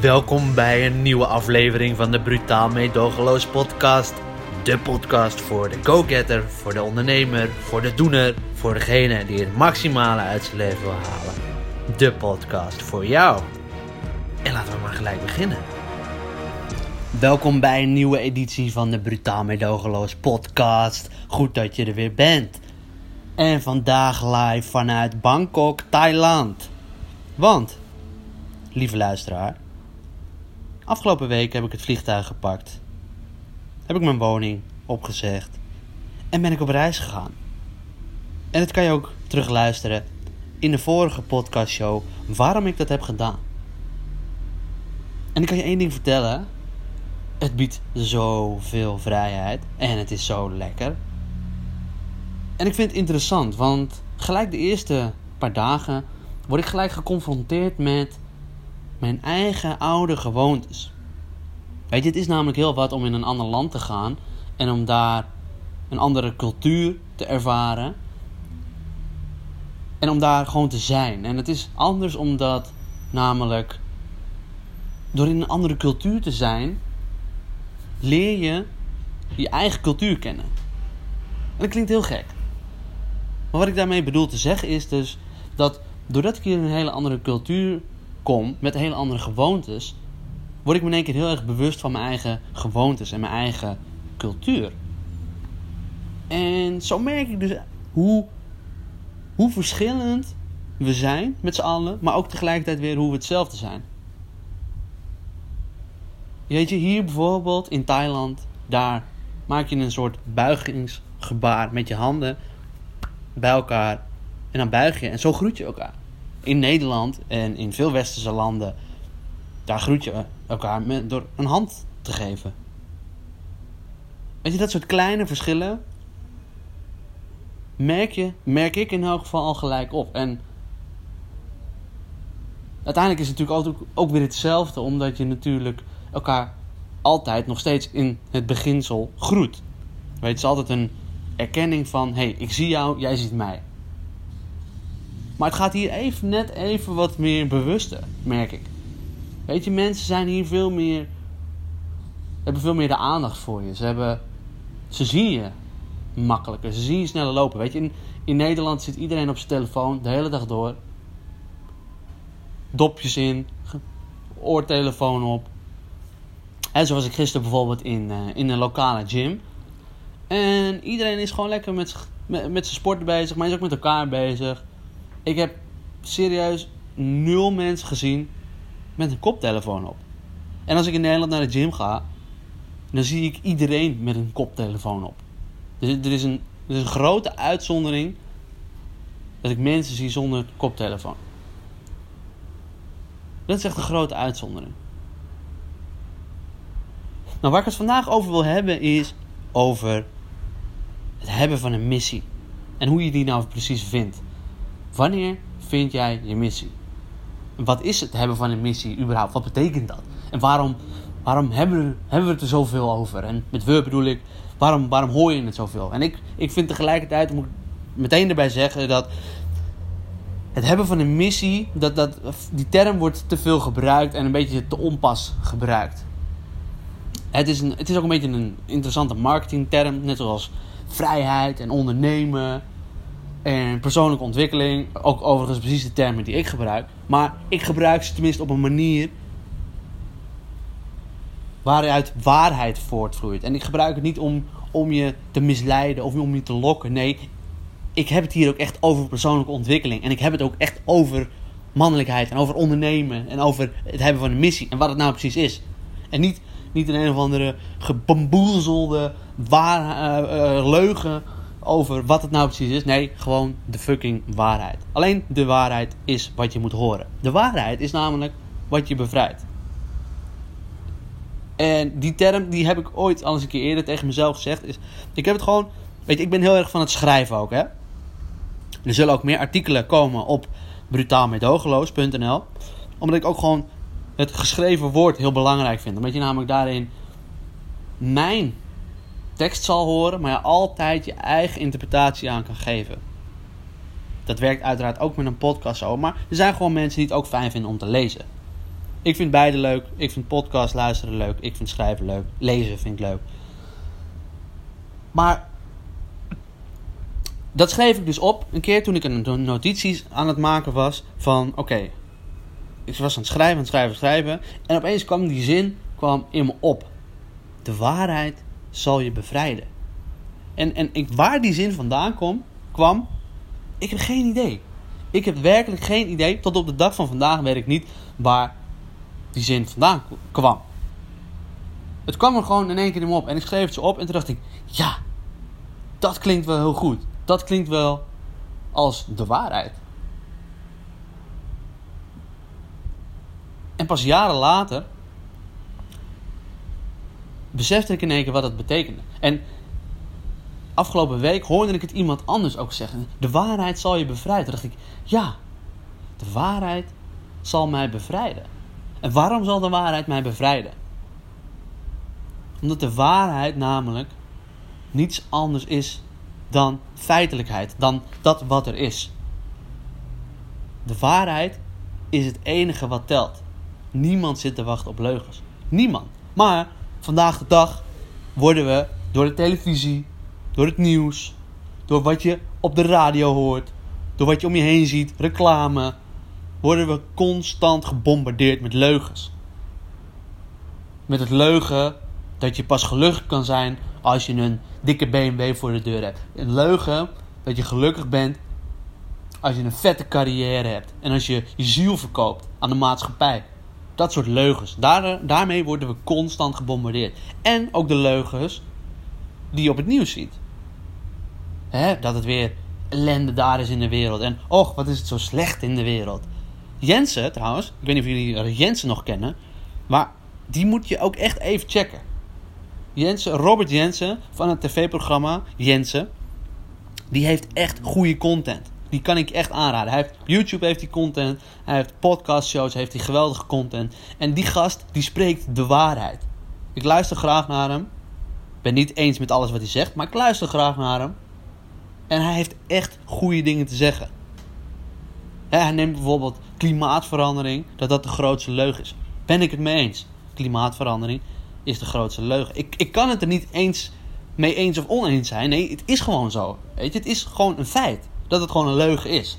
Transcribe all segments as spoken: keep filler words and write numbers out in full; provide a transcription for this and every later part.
Welkom bij een nieuwe aflevering van de Brutaal Meedogenloos podcast. De podcast voor de go-getter, voor de ondernemer, voor de doener, voor degene die het maximale uit zijn leven wil halen. De podcast voor jou. En laten we maar gelijk beginnen. Welkom bij een nieuwe editie van de Brutaal Meedogenloos podcast. Goed dat je er weer bent. En vandaag live vanuit Bangkok, Thailand. Want, lieve luisteraar, afgelopen week heb ik het vliegtuig gepakt. Heb ik mijn woning opgezegd. En ben ik op reis gegaan. En dat kan je ook terugluisteren in de vorige podcastshow waarom ik dat heb gedaan. En ik kan je één ding vertellen. Het biedt zoveel vrijheid. En het is zo lekker. En ik vind het interessant. Want gelijk de eerste paar dagen word ik gelijk geconfronteerd met mijn eigen oude gewoontes. Weet je, het is namelijk heel wat om in een ander land te gaan. En om daar een andere cultuur te ervaren. En om daar gewoon te zijn. En het is anders omdat namelijk door in een andere cultuur te zijn, leer je je eigen cultuur kennen. En dat klinkt heel gek. Maar wat ik daarmee bedoel te zeggen is dus dat doordat ik hier in een hele andere cultuur kom, met hele andere gewoontes, word ik me in één keer heel erg bewust van mijn eigen gewoontes en mijn eigen cultuur. En zo merk ik dus hoe, hoe verschillend we zijn met z'n allen, maar ook tegelijkertijd weer hoe we hetzelfde zijn. Weet je, hier bijvoorbeeld in Thailand, daar maak je een soort buigingsgebaar met je handen bij elkaar en dan buig je en zo groet je elkaar. In Nederland en in veel westerse landen, daar groet je elkaar met, door een hand te geven. Weet je, dat soort kleine verschillen merk je, merk ik in elk geval al gelijk op. En uiteindelijk is het natuurlijk ook, ook weer hetzelfde, omdat je natuurlijk elkaar altijd nog steeds in het beginsel groet. Weet je, het is altijd een erkenning van, hé, hey, ik zie jou, jij ziet mij. Maar het gaat hier even, net even wat meer bewuster, merk ik. Weet je, mensen zijn hier veel meer, hebben veel meer de aandacht voor je. Ze hebben, ze zien je makkelijker, ze zien je sneller lopen. Weet je, in, in Nederland zit iedereen op zijn telefoon de hele dag door. Dopjes in, oortelefoon op. En zoals ik gisteren bijvoorbeeld in, uh, in een lokale gym. En iedereen is gewoon lekker met, met, met zijn sport bezig, maar is ook met elkaar bezig. Ik heb serieus nul mensen gezien met een koptelefoon op. En als ik in Nederland naar de gym ga, dan zie ik iedereen met een koptelefoon op. Dus er is een, er is een grote uitzondering dat ik mensen zie zonder koptelefoon. Dat is echt een grote uitzondering. Nou, waar ik het vandaag over wil hebben is over het hebben van een missie. En hoe je die nou precies vindt. Wanneer vind jij je missie? Wat is het hebben van een missie überhaupt? Wat betekent dat? En waarom, waarom hebben, we, hebben we het er zoveel over? En met we bedoel ik, waarom, waarom hoor je het zoveel? En ik, ik vind tegelijkertijd, moet ik meteen erbij zeggen, dat het hebben van een missie, dat, dat, die term wordt te veel gebruikt en een beetje te onpas gebruikt. Het is, een, het is ook een beetje een interessante marketingterm, net zoals vrijheid en ondernemen en persoonlijke ontwikkeling. Ook overigens precies de termen die ik gebruik. Maar ik gebruik ze tenminste op een manier waaruit waarheid voortvloeit. En ik gebruik het niet om, om je te misleiden of om je te lokken. Nee, ik heb het hier ook echt over persoonlijke ontwikkeling. En ik heb het ook echt over mannelijkheid en over ondernemen en over het hebben van een missie en wat het nou precies is. En niet, niet een, een of andere gebamboezelde waar, uh, uh, leugen over wat het nou precies is. Nee, gewoon de fucking waarheid. Alleen de waarheid is wat je moet horen. De waarheid is namelijk wat je bevrijdt. En die term die heb ik ooit al eens een keer eerder tegen mezelf gezegd. Is, ik heb het gewoon, weet je, ik ben heel erg van het schrijven ook, hè. Er zullen ook meer artikelen komen op brutaal meedogenloos punt n l. Omdat ik ook gewoon het geschreven woord heel belangrijk vind. Omdat je namelijk daarin mijn tekst zal horen, maar je altijd je eigen interpretatie aan kan geven. Dat werkt uiteraard ook met een podcast zo, maar er zijn gewoon mensen die het ook fijn vinden om te lezen. Ik vind beide leuk. Ik vind podcast luisteren leuk. Ik vind schrijven leuk. Lezen vind ik leuk. Maar dat schreef ik dus op een keer toen ik een notities aan het maken was van oké, okay, ik was aan het schrijven, aan het schrijven, schrijven en opeens kwam die zin kwam in me op. De waarheid zal je bevrijden. En, en ik, waar die zin vandaan kom, kwam, ik heb geen idee. Ik heb werkelijk geen idee. Tot op de dag van vandaag weet ik niet waar die zin vandaan kwam. Het kwam er gewoon in één keer in me op. En ik schreef het zo op en toen dacht ik, ja, dat klinkt wel heel goed. Dat klinkt wel als de waarheid. En pas jaren later besefte ik in één keer wat het betekende. En afgelopen week hoorde ik het iemand anders ook zeggen. De waarheid zal je bevrijden. Toen dacht ik, ja, de waarheid zal mij bevrijden. En waarom zal de waarheid mij bevrijden? Omdat de waarheid namelijk niets anders is dan feitelijkheid. Dan dat wat er is. De waarheid is het enige wat telt. Niemand zit te wachten op leugens. Niemand. Maar vandaag de dag worden we door de televisie, door het nieuws, door wat je op de radio hoort, door wat je om je heen ziet, reclame, worden we constant gebombardeerd met leugens. Met het leugen dat je pas gelukkig kan zijn als je een dikke B M W voor de deur hebt. Een leugen dat je gelukkig bent als je een vette carrière hebt. En als je je ziel verkoopt aan de maatschappij. Dat soort leugens. Daar, daarmee worden we constant gebombardeerd. En ook de leugens die je op het nieuws ziet. Hè, dat het weer ellende daar is in de wereld. En och, wat is het zo slecht in de wereld. Jensen trouwens, ik weet niet of jullie Jensen nog kennen. Maar die moet je ook echt even checken. Jensen, Robert Jensen van het tv-programma Jensen. Die heeft echt goede content. Die kan ik echt aanraden. Hij heeft, op YouTube heeft hij content. Hij heeft podcastshows, heeft hij geweldige content. En die gast, die spreekt de waarheid. Ik luister graag naar hem. Ik ben niet eens met alles wat hij zegt, maar ik luister graag naar hem. En hij heeft echt goede dingen te zeggen. Hij neemt bijvoorbeeld klimaatverandering, dat dat de grootste leugen is. Ben ik het mee eens? Klimaatverandering is de grootste leugen. Ik, ik kan het er niet eens mee eens of oneens zijn. Nee, het is gewoon zo. Weet je, het is gewoon een feit dat het gewoon een leugen is.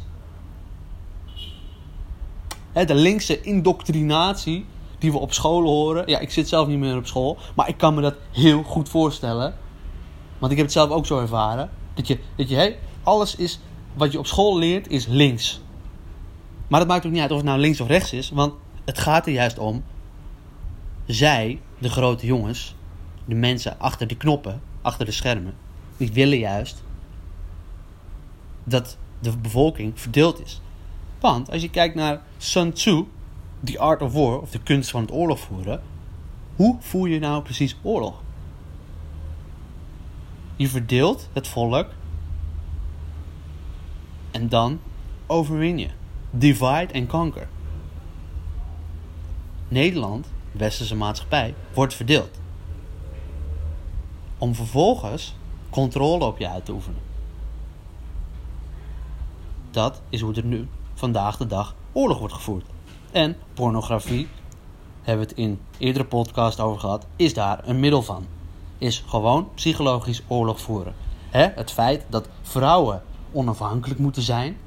He, de linkse indoctrinatie die we op scholen horen. Ja, ik zit zelf niet meer op school, maar ik kan me dat heel goed voorstellen. Want ik heb het zelf ook zo ervaren. Dat je, dat je hey, alles is wat je op school leert is links. Maar dat maakt ook niet uit of het nou links of rechts is. Want het gaat er juist om. Zij, de grote jongens, de mensen achter de knoppen, achter de schermen, die willen juist dat de bevolking verdeeld is. Want als je kijkt naar Sun Tzu, The Art of War, of de kunst van het oorlog voeren. Hoe voer je nou precies oorlog? Je verdeelt het volk en dan overwin je. Divide and conquer. Nederland, westerse maatschappij, wordt verdeeld. Om vervolgens controle op je uit te oefenen. Dat is hoe er nu vandaag de dag oorlog wordt gevoerd. En pornografie, hebben we het in eerdere podcast over gehad, is daar een middel van. Is gewoon psychologisch oorlog voeren. Hè? Het feit dat vrouwen onafhankelijk moeten zijn.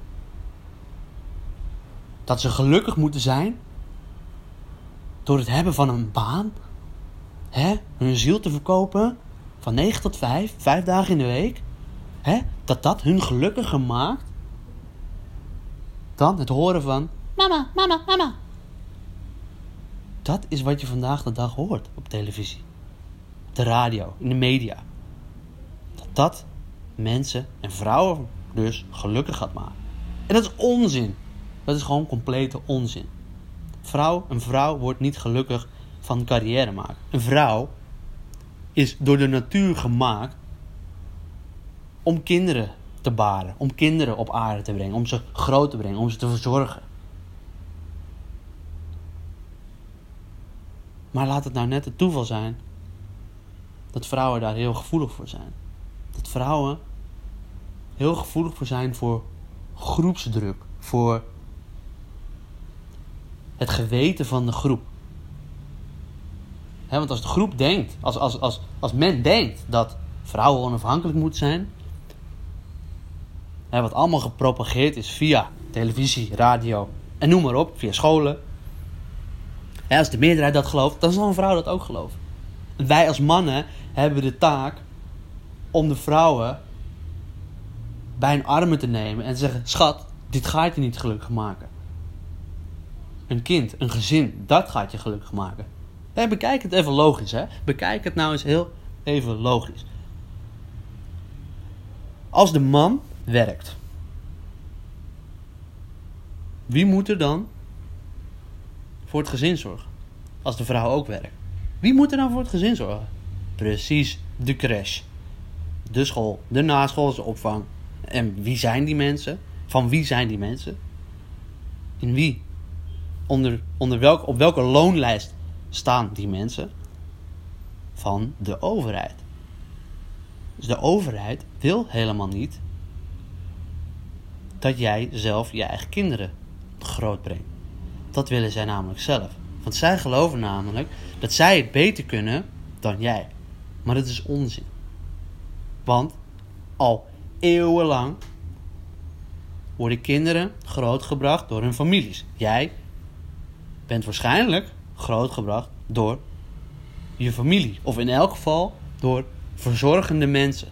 Dat ze gelukkig moeten zijn. Door het hebben van een baan. Hè? Hun ziel te verkopen. Van negen tot vijf. Vijf dagen in de week. Hè? Dat dat hun gelukkiger maakt. Dan het horen van mama, mama, mama. Dat is wat je vandaag de dag hoort op televisie. Op de radio, in de media. Dat dat mensen en vrouwen dus gelukkig gaat maken. En dat is onzin. Dat is gewoon complete onzin. Vrouw, een vrouw wordt niet gelukkig van carrière maken. Een vrouw is door de natuur gemaakt om kinderen te baren. Om kinderen op aarde te brengen. Om ze groot te brengen. Om ze te verzorgen. Maar laat het nou net het toeval zijn dat vrouwen daar heel gevoelig voor zijn. Dat vrouwen heel gevoelig voor zijn voor groepsdruk. Voor het geweten van de groep. He, want als de groep denkt, als, als, als, als men denkt dat vrouwen onafhankelijk moeten zijn, he, wat allemaal gepropageerd is via televisie, radio en noem maar op, via scholen. He, als de meerderheid dat gelooft, dan zal een vrouw dat ook geloven. En wij als mannen hebben de taak om de vrouwen bij hun armen te nemen en te zeggen, schat, dit gaat je niet gelukkig maken. Een kind, een gezin, dat gaat je gelukkig maken. Hey, bekijk het even logisch, hè. Bekijk het nou eens heel even logisch. Als de man werkt, wie moet er dan voor het gezin zorgen? Als de vrouw ook werkt. Wie moet er dan voor het gezin zorgen? Precies, de crash. De school, de naschoolse opvang. En wie zijn die mensen? Van wie zijn die mensen? In wie? Onder, onder welk, op welke loonlijst staan die mensen? Van de overheid. Dus de overheid wil helemaal niet dat jij zelf je eigen kinderen grootbrengt. Dat willen zij namelijk zelf. Want zij geloven namelijk dat zij het beter kunnen dan jij. Maar dat is onzin. Want al eeuwenlang worden kinderen grootgebracht door hun families. Jij bent waarschijnlijk grootgebracht door je familie. Of in elk geval door verzorgende mensen.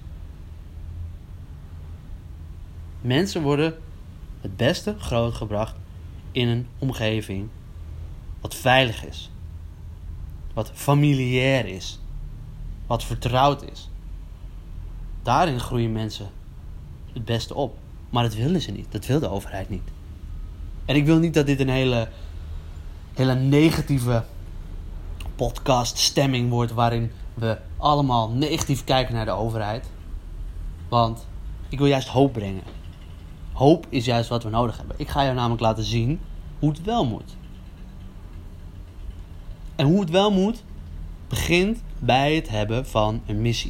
Mensen worden het beste grootgebracht in een omgeving wat veilig is. Wat familiair is. Wat vertrouwd is. Daarin groeien mensen het beste op. Maar dat willen ze niet. Dat wil de overheid niet. En ik wil niet dat dit een hele, hele negatieve podcaststemming wordt, waarin we allemaal negatief kijken naar de overheid. Want ik wil juist hoop brengen. Hoop is juist wat we nodig hebben. Ik ga jou namelijk laten zien hoe het wel moet. En hoe het wel moet, begint bij het hebben van een missie.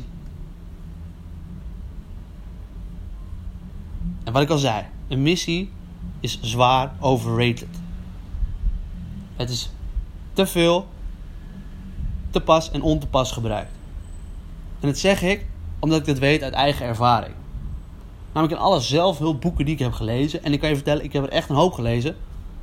En wat ik al zei, een missie is zwaar overrated. Het is te veel, te pas en on te pas gebruikt. En dat zeg ik omdat ik dit weet uit eigen ervaring. Namelijk in alle zelfhulpboeken die ik heb gelezen. En ik kan je vertellen, ik heb er echt een hoop gelezen.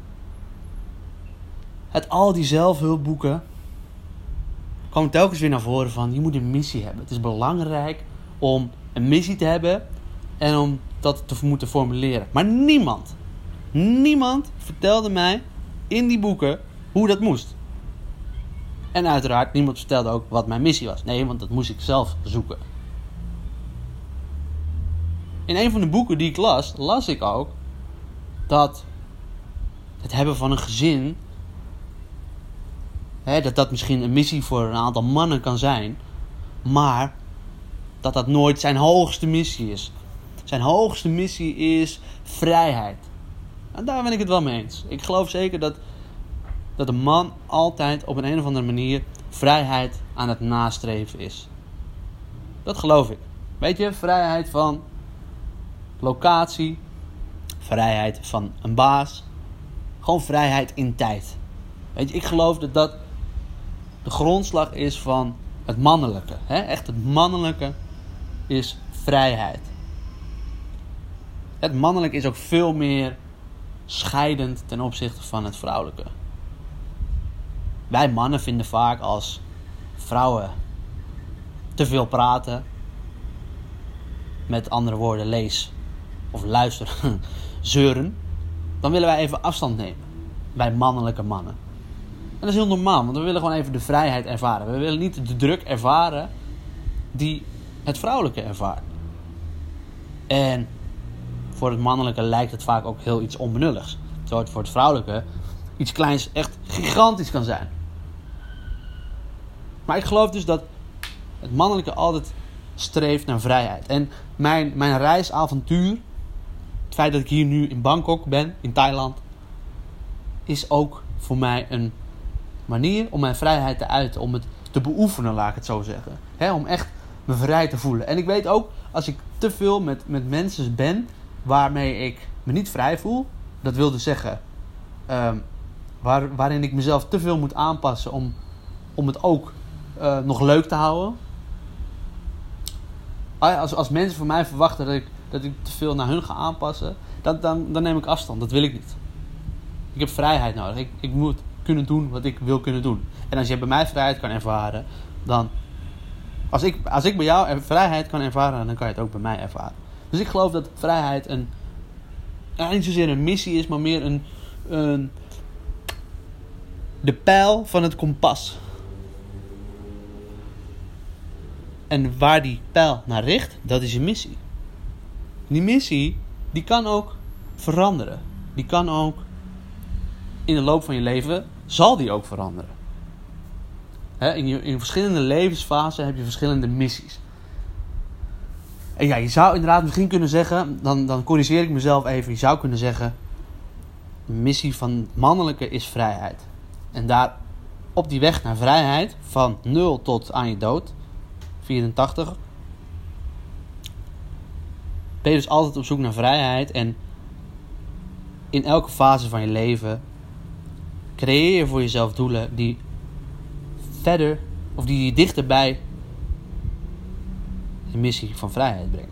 Uit al die zelfhulpboeken kwam telkens weer naar voren van, je moet een missie hebben. Het is belangrijk om een missie te hebben en om dat te moeten formuleren. Maar niemand, niemand vertelde mij in die boeken hoe dat moest. En uiteraard, niemand vertelde ook wat mijn missie was. Nee, want dat moest ik zelf zoeken. In een van de boeken die ik las, las ik ook dat het hebben van een gezin, hè, dat dat misschien een missie voor een aantal mannen kan zijn, maar dat dat nooit zijn hoogste missie is. Zijn hoogste missie is vrijheid. En daar ben ik het wel mee eens. Ik geloof zeker dat, dat een man altijd op een, een of andere manier vrijheid aan het nastreven is. Dat geloof ik. Weet je, vrijheid van locatie, vrijheid van een baas, gewoon vrijheid in tijd. Weet je, ik geloof dat dat de grondslag is van het mannelijke. Hè? Echt het mannelijke is vrijheid. Het mannelijke is ook veel meer scheidend ten opzichte van het vrouwelijke. Wij mannen vinden vaak als vrouwen te veel praten, met andere woorden lees of luister, zeuren, dan willen wij even afstand nemen bij mannelijke mannen. En dat is heel normaal, want we willen gewoon even de vrijheid ervaren. We willen niet de druk ervaren die het vrouwelijke ervaart. En voor het mannelijke lijkt het vaak ook heel iets onbenulligs. Terwijl het voor het vrouwelijke iets kleins echt gigantisch kan zijn. Maar ik geloof dus dat het mannelijke altijd streeft naar vrijheid. En mijn, mijn reisavontuur, het feit dat ik hier nu in Bangkok ben, in Thailand, is ook voor mij een manier om mijn vrijheid te uiten. Om het te beoefenen, laat ik het zo zeggen. He, om echt me vrij te voelen. En ik weet ook, als ik te veel met, met mensen ben waarmee ik me niet vrij voel, dat wil dus zeggen, um, waar, waarin ik mezelf te veel moet aanpassen om, om het ook uh, nog leuk te houden. Als, als mensen van mij verwachten dat ik, dat ik te veel naar hun ga aanpassen, dan, dan, dan neem ik afstand. Dat wil ik niet. Ik heb vrijheid nodig. Ik, ik moet kunnen doen wat ik wil kunnen doen. En als je bij mij vrijheid kan ervaren, dan... Als ik, als ik bij jou vrijheid kan ervaren, dan kan je het ook bij mij ervaren. Dus ik geloof dat vrijheid een... Ja, niet zozeer een missie is, maar meer een... een de pijl van het kompas. En waar die pijl naar richt, dat is je missie. Die missie, die kan ook veranderen. Die kan ook... In de loop van je leven zal die ook veranderen. He, in, je, in verschillende levensfasen heb je verschillende missies. En ja, je zou inderdaad misschien kunnen zeggen... Dan, dan corrigeer ik mezelf even. Je zou kunnen zeggen... De missie van het mannelijke is vrijheid. En daar op die weg naar vrijheid... Van nul tot aan je dood... vierentachtig... Ben je dus altijd op zoek naar vrijheid. En in elke fase van je leven... Creëer je voor jezelf doelen die verder, of die je dichterbij de missie van vrijheid brengen.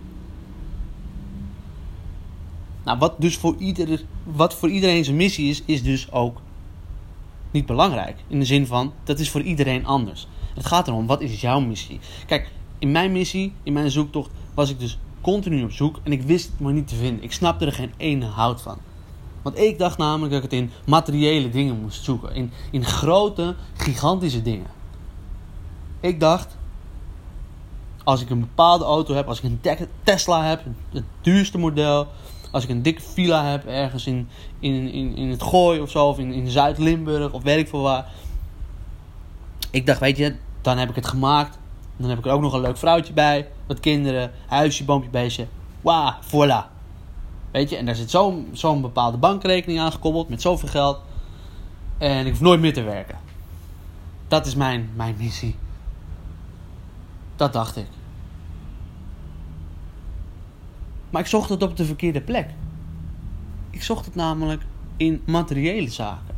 Nou, wat dus voor ieder, wat voor iedereen zijn missie is, is dus ook niet belangrijk. In de zin van, dat is voor iedereen anders. Het gaat erom, wat is jouw missie? Kijk, in mijn missie, in mijn zoektocht, was ik dus continu op zoek en ik wist het maar niet te vinden. Ik snapte er geen ene hout van. Want ik dacht namelijk dat ik het in materiële dingen moest zoeken. In, in grote, gigantische dingen. Ik dacht, als ik een bepaalde auto heb, als ik een te- Tesla heb, het duurste model, als ik een dikke villa heb ergens in, in, in, in het Gooi of zo, of in, in Zuid-Limburg, of weet ik veel waar. Ik dacht, weet je, dan heb ik het gemaakt. Dan heb ik er ook nog een leuk vrouwtje bij, wat kinderen, huisje, boompje, beestje. Wauw, voilà. Weet je, en daar zit zo'n, zo'n bepaalde bankrekening aan gekoppeld met zoveel geld. En ik hoef nooit meer te werken. Dat is mijn, mijn missie. Dat dacht ik. Maar ik zocht het op de verkeerde plek. Ik zocht het namelijk in materiële zaken.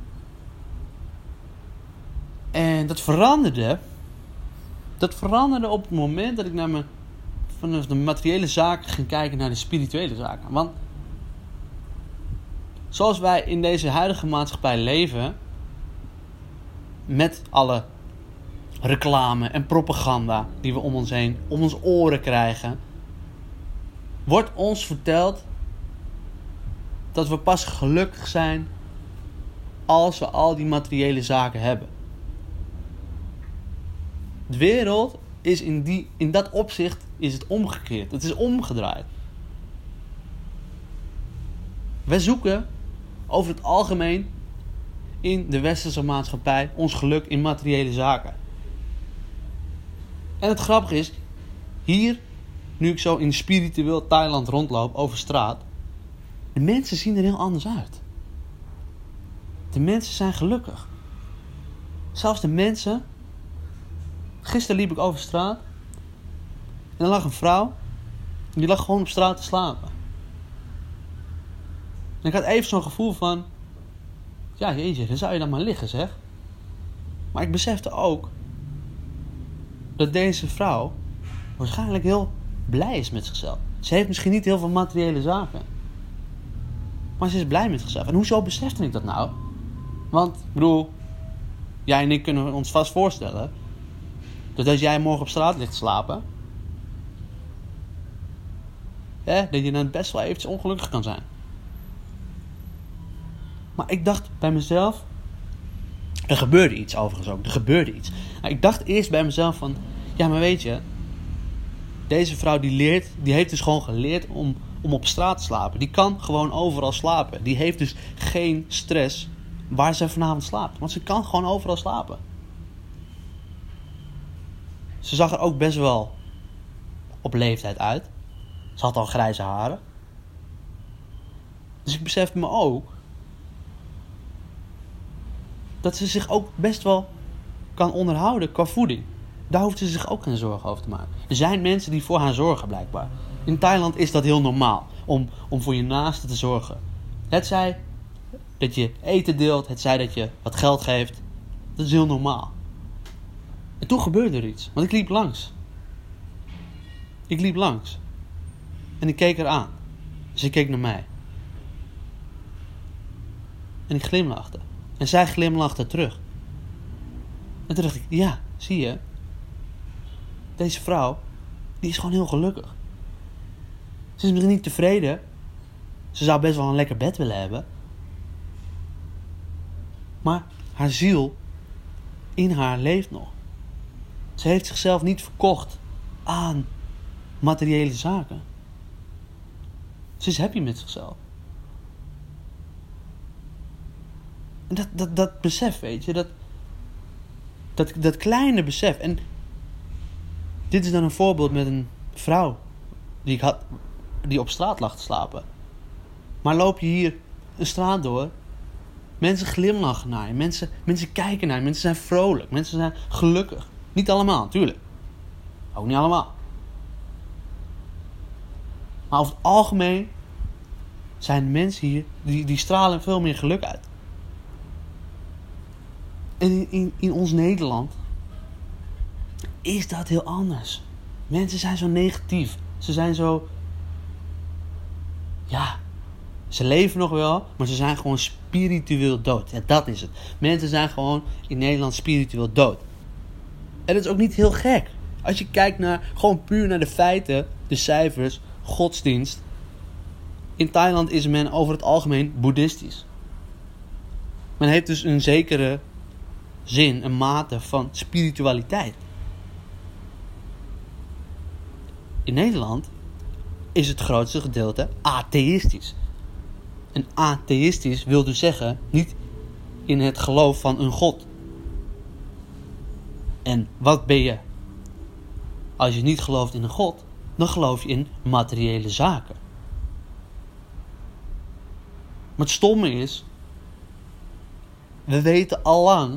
En dat veranderde. Dat veranderde op het moment dat ik naar mijn... vanaf de materiële zaken ging kijken naar de spirituele zaken. Want zoals wij in deze huidige maatschappij leven, met alle reclame en propaganda die we om ons heen, om ons oren krijgen, wordt ons verteld dat we pas gelukkig zijn als we al die materiële zaken hebben. De wereld is in, die, in dat opzicht is het omgekeerd. Het is omgedraaid. Wij zoeken over het algemeen in de westerse maatschappij ons geluk in materiële zaken. En het grappige is, hier, nu ik zo in spiritueel Thailand rondloop over straat, de mensen zien er heel anders uit. De mensen zijn gelukkig. Zelfs de mensen... Gisteren liep ik over straat en er lag een vrouw en die lag gewoon op straat te slapen. En ik had even zo'n gevoel van, ja jeetje, dan zou je dan maar liggen zeg. Maar ik besefte ook dat deze vrouw waarschijnlijk heel blij is met zichzelf. Ze heeft misschien niet heel veel materiële zaken, maar ze is blij met zichzelf. En hoezo besefte ik dat nou? Want, ik bedoel, jij en ik kunnen ons vast voorstellen dat als jij morgen op straat ligt te slapen, hè, dat je dan best wel eventjes ongelukkig kan zijn. Maar ik dacht bij mezelf, er gebeurde iets overigens ook, er gebeurde iets. Nou, ik dacht eerst bij mezelf van, ja maar weet je, deze vrouw die leert, die heeft dus gewoon geleerd om, om op straat te slapen. Die kan gewoon overal slapen. Die heeft dus geen stress waar ze vanavond slaapt. Want ze kan gewoon overal slapen. Ze zag er ook best wel op leeftijd uit. Ze had al grijze haren. Dus ik besefte me ook dat ze zich ook best wel kan onderhouden qua voeding. Daar hoeft ze zich ook geen zorgen over te maken. Er zijn mensen die voor haar zorgen blijkbaar. In Thailand is dat heel normaal. Om, om voor je naasten te zorgen. Het zij dat je eten deelt. Het zij dat je wat geld geeft. Dat is heel normaal. En toen gebeurde er iets. Want ik liep langs. Ik liep langs. En ik keek haar aan. Ze keek naar mij. En ik glimlachte. En zij glimlachte terug. En toen dacht ik, ja, zie je. Deze vrouw, die is gewoon heel gelukkig. Ze is misschien niet tevreden. Ze zou best wel een lekker bed willen hebben. Maar haar ziel in haar leeft nog. Ze heeft zichzelf niet verkocht aan materiële zaken. Ze is happy met zichzelf. En dat, dat, dat besef, weet je, dat, dat, dat kleine besef. En dit is dan een voorbeeld met een vrouw die ik had, die op straat lag te slapen. Maar loop je hier een straat door, mensen glimlachen naar je, mensen, mensen kijken naar je, mensen zijn vrolijk, mensen zijn gelukkig. Niet allemaal, natuurlijk. Ook niet allemaal. Maar over het algemeen zijn de mensen hier, die, die stralen veel meer geluk uit. En in, in, in ons Nederland is dat heel anders. Mensen zijn zo negatief. Ze zijn zo... Ja, ze leven nog wel, maar ze zijn gewoon spiritueel dood. Ja, dat is het. Mensen zijn gewoon in Nederland spiritueel dood. En dat is ook niet heel gek. Als je kijkt naar, gewoon puur naar de feiten, de cijfers, godsdienst. In Thailand is men over het algemeen boeddhistisch. Men heeft dus een zekere zin, een mate van spiritualiteit. In Nederland is het grootste gedeelte atheïstisch. En atheïstisch wil dus zeggen niet in het geloof van een god. En wat ben je? Als je niet gelooft in een god, dan geloof je in materiële zaken. Maar het stomme is, we weten allang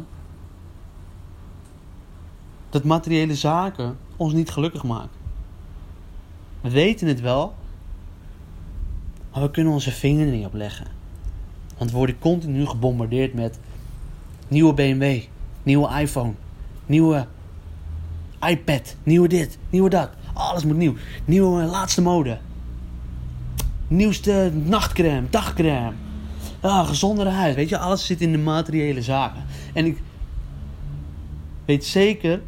dat materiële zaken ons niet gelukkig maken. We weten het wel, maar we kunnen onze vinger er niet op leggen. Want we worden continu gebombardeerd met nieuwe B M W, nieuwe iPhone, nieuwe iPad, nieuwe dit, nieuwe dat. Alles moet nieuw. Nieuwe uh, laatste mode. Nieuwste nachtcrème, dagcrème. Ah, gezondere huid. Weet je, alles zit in de materiële zaken. En ik weet zeker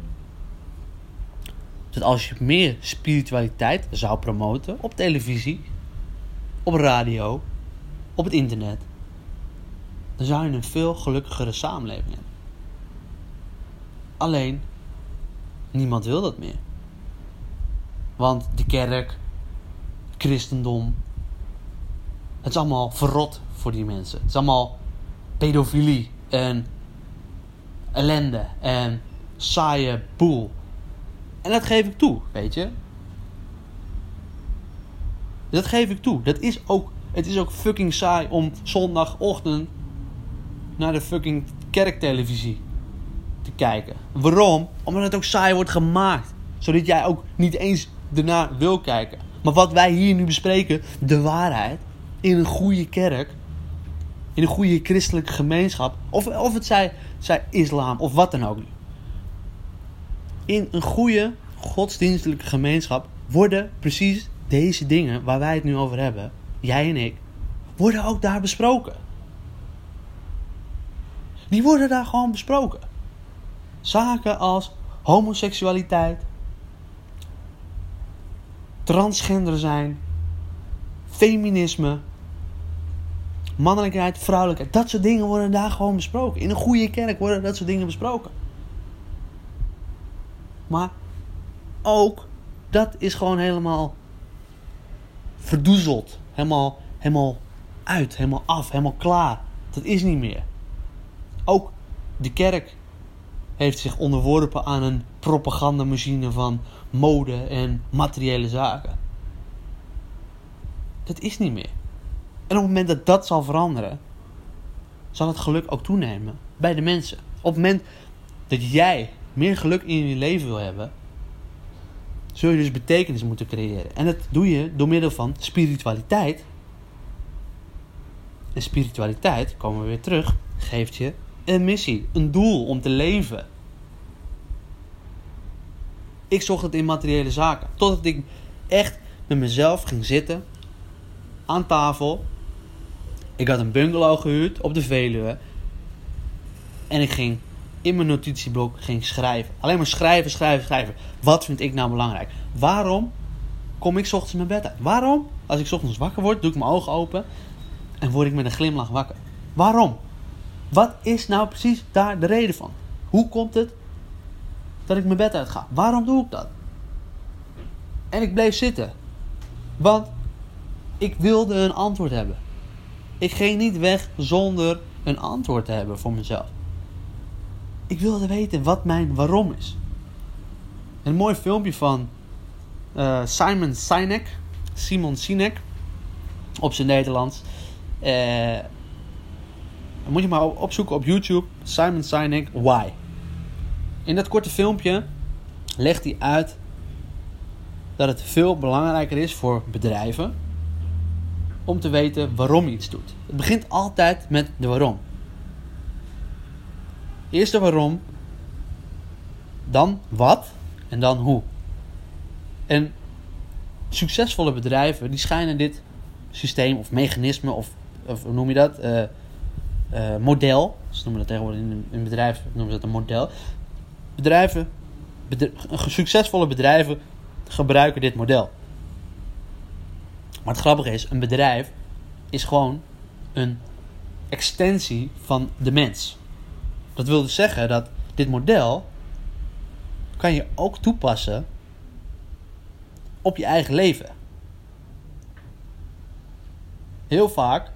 dat als je meer spiritualiteit zou promoten op televisie, op radio, op het internet, dan zou je een veel gelukkigere samenleving hebben. Alleen, niemand wil dat meer. Want de kerk, christendom, het is allemaal verrot voor die mensen. Het is allemaal pedofilie en ellende en saaie boel. En dat geef ik toe, weet je. Dat geef ik toe. Dat is ook, het is ook fucking saai om zondagochtend naar de fucking kerktelevisie te kijken. Waarom? Omdat het ook saai wordt gemaakt. Zodat jij ook niet eens ernaar wil kijken. Maar wat wij hier nu bespreken, de waarheid, in een goede kerk, in een goede christelijke gemeenschap, of, of het zij, zij islam, of wat dan ook. In een goede godsdienstelijke gemeenschap worden precies deze dingen waar wij het nu over hebben, jij en ik, worden ook daar besproken. Die worden daar gewoon besproken. Zaken als homoseksualiteit, transgender zijn, feminisme, mannelijkheid, vrouwelijkheid. Dat soort dingen worden daar gewoon besproken. In een goede kerk worden dat soort dingen besproken. Maar ook dat is gewoon helemaal verdoezeld. Helemaal, helemaal uit, helemaal af, helemaal klaar. Dat is niet meer. Ook de kerk heeft zich onderworpen aan een propagandamachine van mode en materiële zaken. Dat is niet meer. En op het moment dat dat zal veranderen, zal het geluk ook toenemen bij de mensen. Op het moment dat jij meer geluk in je leven wil hebben, zul je dus betekenis moeten creëren. En dat doe je door middel van spiritualiteit. En spiritualiteit, komen we weer terug, geeft je een missie, een doel om te leven. Ik zocht het in materiële zaken. Totdat ik echt met mezelf ging zitten. Aan tafel. Ik had een bungalow gehuurd op de Veluwe. En ik ging in mijn notitieblok ging schrijven. Alleen maar schrijven, schrijven, schrijven. Wat vind ik nou belangrijk? Waarom kom ik 's ochtends mijn bed uit? Waarom? Als ik 's ochtends wakker word, doe ik mijn ogen open. En word ik met een glimlach wakker. Waarom? Wat is nou precies daar de reden van? Hoe komt het dat ik mijn bed uit ga? Waarom doe ik dat? En ik bleef zitten. Want ik wilde een antwoord hebben. Ik ging niet weg zonder een antwoord te hebben voor mezelf. Ik wilde weten wat mijn waarom is. Een mooi filmpje van uh, Simon Sinek. Simon Sinek. Op zijn Nederlands. Uh, dan moet je maar opzoeken op YouTube. Simon Sinek, Why. In dat korte filmpje legt hij uit dat het veel belangrijker is voor bedrijven om te weten waarom je iets doet. Het begint altijd met de waarom. Eerst de waarom, dan wat en dan hoe. En succesvolle bedrijven die schijnen dit systeem of mechanisme of, of hoe noem je dat? Uh, uh, model. Ze noemen dat tegenwoordig in een bedrijf noemen ze dat een model. Bedrijven, bedrijf, succesvolle bedrijven gebruiken dit model. Maar het grappige is, een bedrijf is gewoon een extensie van de mens. Dat wil dus zeggen dat dit model kan je ook toepassen op je eigen leven. Heel vaak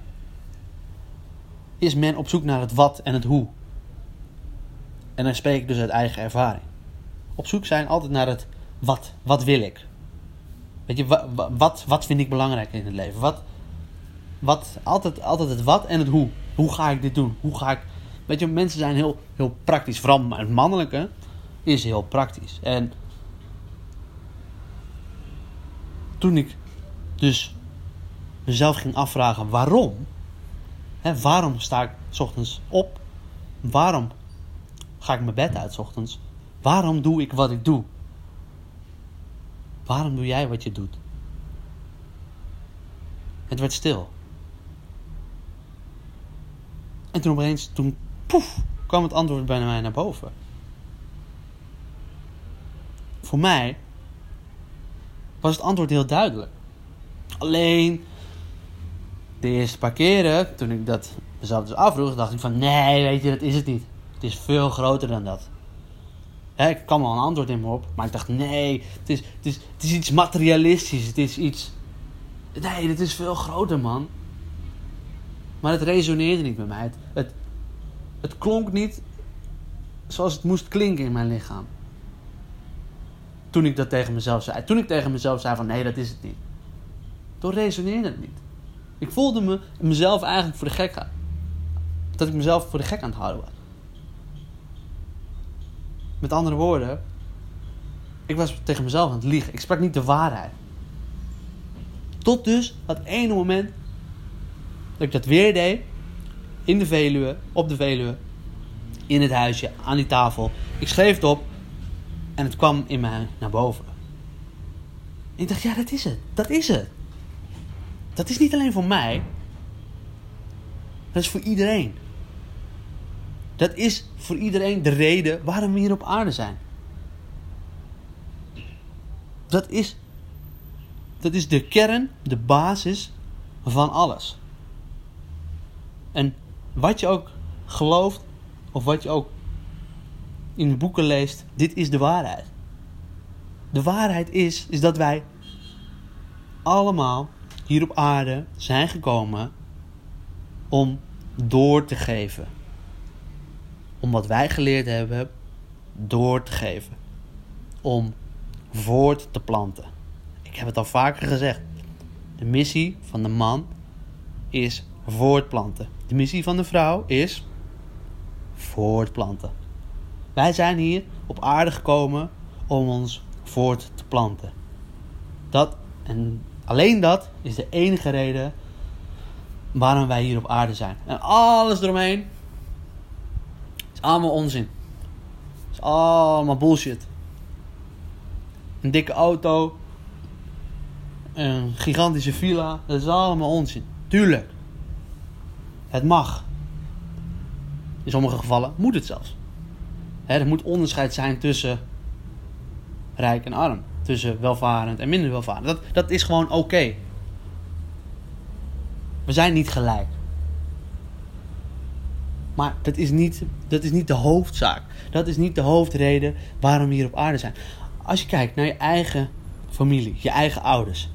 is men op zoek naar het wat en het hoe. En dan spreek ik dus uit eigen ervaring. Op zoek zijn altijd naar het wat. Wat wil ik? Weet je, wat, wat, wat vind ik belangrijk in het leven? Wat, wat, altijd, altijd het wat en het hoe. Hoe ga ik dit doen? Hoe ga ik... Weet je, mensen zijn heel, heel praktisch. Vooral het mannelijke is heel praktisch. En toen ik dus mezelf ging afvragen waarom. Hè, waarom sta ik 's ochtends op? Waarom ga ik mijn bed uit 's ochtends? Waarom doe ik wat ik doe? Waarom doe jij wat je doet? Het werd stil. En toen opeens, toen poef, kwam het antwoord bij mij naar boven. Voor mij was het antwoord heel duidelijk. Alleen de eerste paar keren, toen ik dat mezelf dus afvroeg, dacht ik van nee, weet je, dat is het niet. Het is veel groter dan dat. He, ik kwam al een antwoord in me op, maar ik dacht nee, het is, het is, het is iets materialistisch. Het is iets... Nee, dit is veel groter, man. Maar het resoneerde niet met mij. Het, het, het klonk niet zoals het moest klinken in mijn lichaam. Toen ik dat tegen mezelf zei. Toen ik tegen mezelf zei van nee, dat is het niet. Toen resoneerde het niet. Ik voelde me mezelf eigenlijk voor de gek gaan. Dat ik mezelf voor de gek aan het houden was. Met andere woorden, ik was tegen mezelf aan het liegen. Ik sprak niet de waarheid. Tot dus dat ene moment dat ik dat weer deed. In de Veluwe, op de Veluwe. In het huisje, aan die tafel. Ik schreef het op. En het kwam in mij naar boven. En ik dacht, ja, dat is het. Dat is het. Dat is niet alleen voor mij. Dat is voor iedereen. Dat is voor iedereen de reden waarom we hier op aarde zijn. Dat is, dat is de kern, de basis van alles. En wat je ook gelooft, of wat je ook in de boeken leest, dit is de waarheid. De waarheid is, is dat wij allemaal hier op aarde zijn gekomen om door te geven. Om wat wij geleerd hebben, door te geven. Om voort te planten. Ik heb het al vaker gezegd. De missie van de man is voortplanten. De missie van de vrouw is voortplanten. Wij zijn hier op aarde gekomen om ons voort te planten. Dat en alleen dat is de enige reden waarom wij hier op aarde zijn. En alles eromheen is allemaal onzin. Is allemaal bullshit. een dikke auto, een gigantische villa. Dat is allemaal onzin. Tuurlijk. Het mag. In sommige gevallen moet het zelfs. He, er moet onderscheid zijn tussen rijk en arm. Tussen welvarend en minder welvarend. Dat, dat is gewoon oké. Okay. We zijn niet gelijk. Maar dat is, niet, dat is niet de hoofdzaak. Dat is niet de hoofdreden waarom we hier op aarde zijn. Als je kijkt naar je eigen familie, je eigen ouders.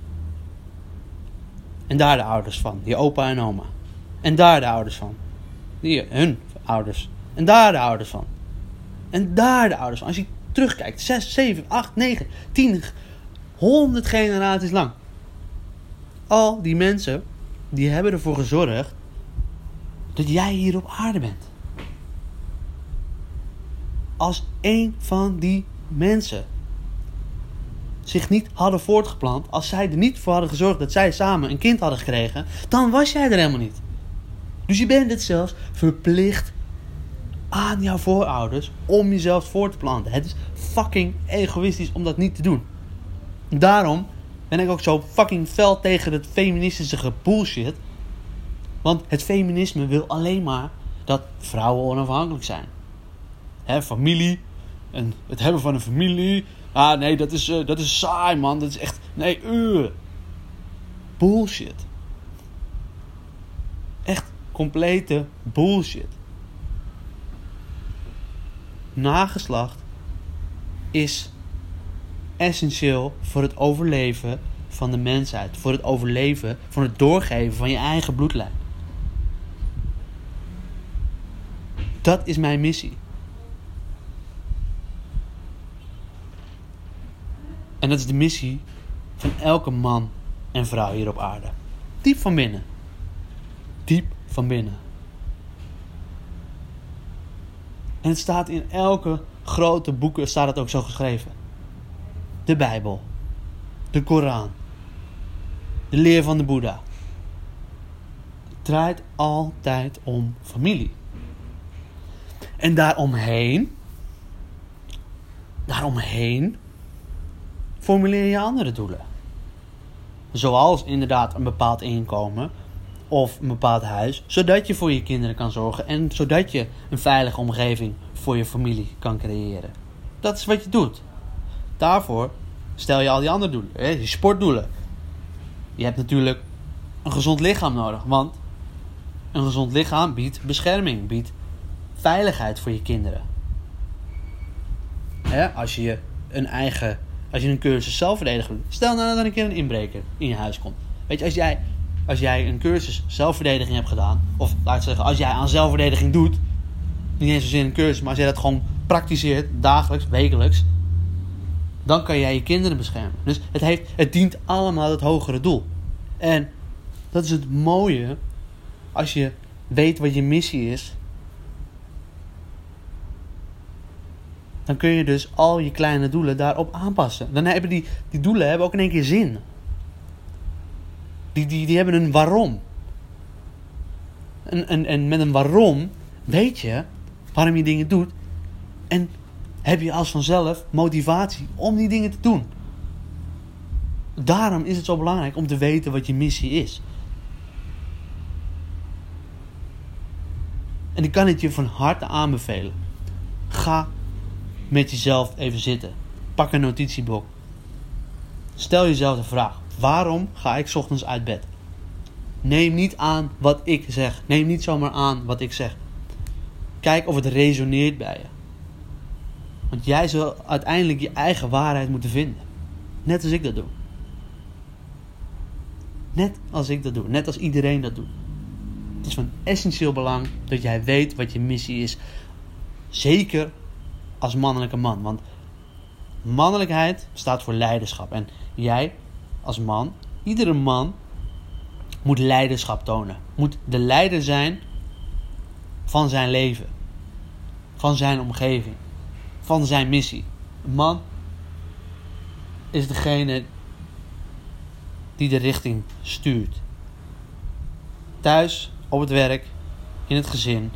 En daar de ouders van, je opa en oma. En daar de ouders van. Die, hun ouders. En daar de ouders van. En daar de ouders van. Als je terugkijkt, zes, zeven, acht, negen, tien, honderd generaties lang. Al die mensen, die hebben ervoor gezorgd dat jij hier op aarde bent. Als één van die mensen zich niet hadden voortgeplant, als zij er niet voor hadden gezorgd dat zij samen een kind hadden gekregen, dan was jij er helemaal niet. Dus je bent het zelfs verplicht aan jouw voorouders om jezelf voor te planten. Het is fucking egoïstisch om dat niet te doen. Daarom ben ik ook zo fucking fel tegen het feministische bullshit. Want het feminisme wil alleen maar dat vrouwen onafhankelijk zijn. Hè, familie. En het hebben van een familie. Ah nee, dat is, uh, dat is saai man. Dat is echt, nee, uh. bullshit. Echt complete bullshit. Nageslacht is essentieel voor het overleven van de mensheid. Voor het overleven, voor het doorgeven van je eigen bloedlijn. Dat is mijn missie. En dat is de missie van elke man en vrouw hier op aarde. Diep van binnen. Diep van binnen. En het staat in elke grote boeken, staat het ook zo geschreven. De Bijbel. De Koran. De leer van de Boeddha. Het draait altijd om familie. En daaromheen, daaromheen formuleer je andere doelen. Zoals inderdaad een bepaald inkomen of een bepaald huis, zodat je voor je kinderen kan zorgen en zodat je een veilige omgeving voor je familie kan creëren. Dat is wat je doet. Daarvoor stel je al die andere doelen, hè? Je sportdoelen. Je hebt natuurlijk een gezond lichaam nodig, want een gezond lichaam biedt bescherming, biedt veiligheid voor je kinderen. Hè? Als je een eigen, als je een cursus zelfverdediging doet, stel nou dat er een keer een inbreker in je huis komt. Weet je, als jij, als jij een cursus zelfverdediging hebt gedaan, of laat ik zeggen, als jij aan zelfverdediging doet, niet eens zozeer een cursus, maar als jij dat gewoon praktiseert, dagelijks, wekelijks, dan kan jij je kinderen beschermen. Dus het, heeft, het dient allemaal het hogere doel. En dat is het mooie als je weet wat je missie is. Dan kun je dus al je kleine doelen daarop aanpassen. Dan hebben die, die doelen hebben ook in één keer zin. Die, die, die hebben een waarom. En, en, en met een waarom weet je waarom je dingen doet. En heb je als vanzelf motivatie om die dingen te doen. Daarom is het zo belangrijk om te weten wat je missie is. En ik kan het je van harte aanbevelen. Ga met jezelf even zitten. Pak een notitieblok. Stel jezelf de vraag: waarom ga ik 's ochtends uit bed? Neem niet aan wat ik zeg. Neem niet zomaar aan wat ik zeg. Kijk of het resoneert bij je. Want jij zult uiteindelijk je eigen waarheid moeten vinden. Net als ik dat doe. Net als ik dat doe. Net als iedereen dat doet. Het is van essentieel belang dat jij weet wat je missie is. Zeker als mannelijke man. Want mannelijkheid staat voor leiderschap. En jij als man, iedere man moet leiderschap tonen. Moet de leider zijn van zijn leven. Van zijn omgeving. Van zijn missie. Een man is degene die de richting stuurt. Thuis, op het werk, in het gezin.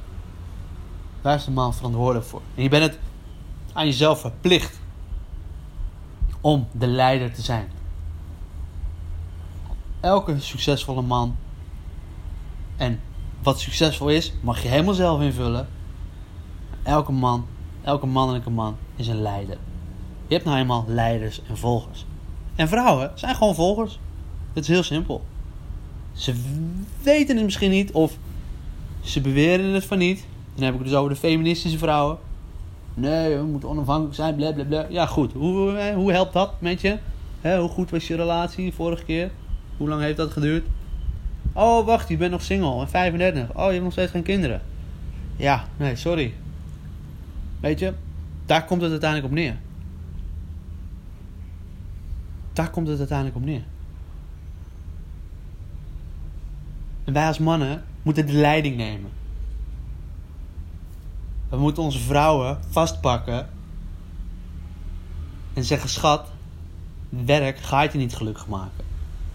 Daar is de man verantwoordelijk voor. En je bent het aan jezelf verplicht om de leider te zijn. Elke succesvolle man, en wat succesvol is, mag je helemaal zelf invullen. Elke man, elke mannelijke man is een leider. Je hebt nou eenmaal leiders en volgers. En vrouwen zijn gewoon volgers. Het is heel simpel. Ze weten het misschien niet, of ze beweren het van niet. Dan heb ik het dus over de feministische vrouwen. Nee, we moeten onafhankelijk zijn, blablabla. Ja, goed. Hoe, hoe helpt dat met je? He, hoe goed was je relatie vorige keer? Hoe lang heeft dat geduurd? Oh, wacht, je bent nog single en vijfendertig. Oh, je hebt nog steeds geen kinderen. Ja, nee, sorry. Weet je, daar komt het uiteindelijk op neer. Daar komt het uiteindelijk op neer. En wij als mannen moeten de leiding nemen. We moeten onze vrouwen vastpakken en zeggen: schat, werk gaat je niet gelukkig maken.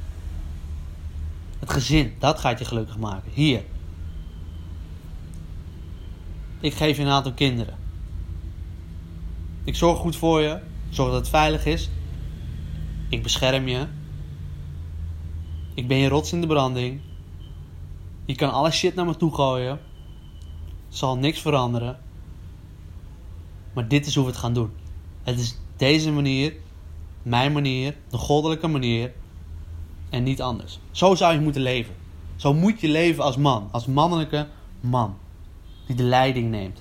Het gezin, dat gaat je gelukkig maken. Hier. Ik geef je een aantal kinderen. Ik zorg goed voor je. Zorg dat het veilig is. Ik bescherm je. Ik ben je rots in de branding. Je kan alle shit naar me toe gooien. Zal niks veranderen. Maar dit is hoe we het gaan doen. Het is deze manier, mijn manier, de goddelijke manier en niet anders. Zo zou je moeten leven. Zo moet je leven als man, als mannelijke man die de leiding neemt.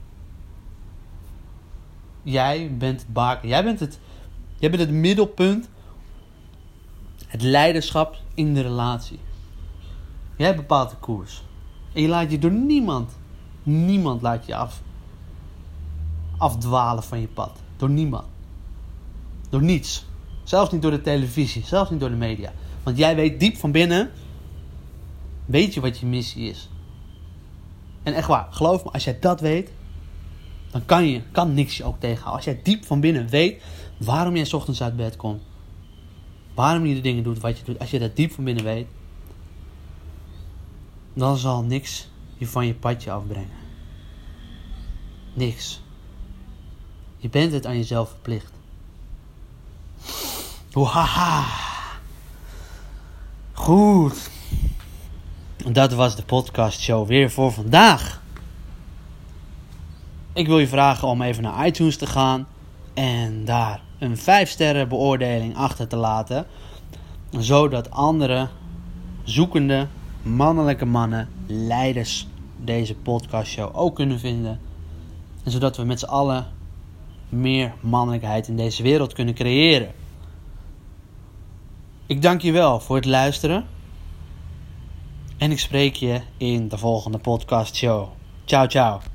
Jij bent het baken, jij bent het, jij bent het middelpunt, het leiderschap in de relatie. Jij bepaalt de koers. En je laat je door niemand, niemand laat je af, afdwalen van je pad. Door niemand. Door niets. Zelfs niet door de televisie, zelfs niet door de media. Want jij weet diep van binnen, weet je wat je missie is. En echt waar, geloof me, als jij dat weet, dan kan je, kan niks je ook tegenhouden. Als jij diep van binnen weet waarom jij 's ochtends uit bed komt, waarom je de dingen doet wat je doet, als je dat diep van binnen weet, dan zal niks je van je padje afbrengen. Niks. Je bent het aan jezelf verplicht. Wahaha. Goed. Dat was de podcastshow weer voor vandaag. Ik wil je vragen om even naar iTunes te gaan en daar een vijf sterren beoordeling achter te laten, zodat andere zoekende mannelijke mannen, leiders, deze podcastshow ook kunnen vinden. En zodat we met z'n allen meer mannelijkheid in deze wereld kunnen creëren. Ik dank je wel voor het luisteren. En ik spreek je in de volgende podcastshow. Ciao, ciao.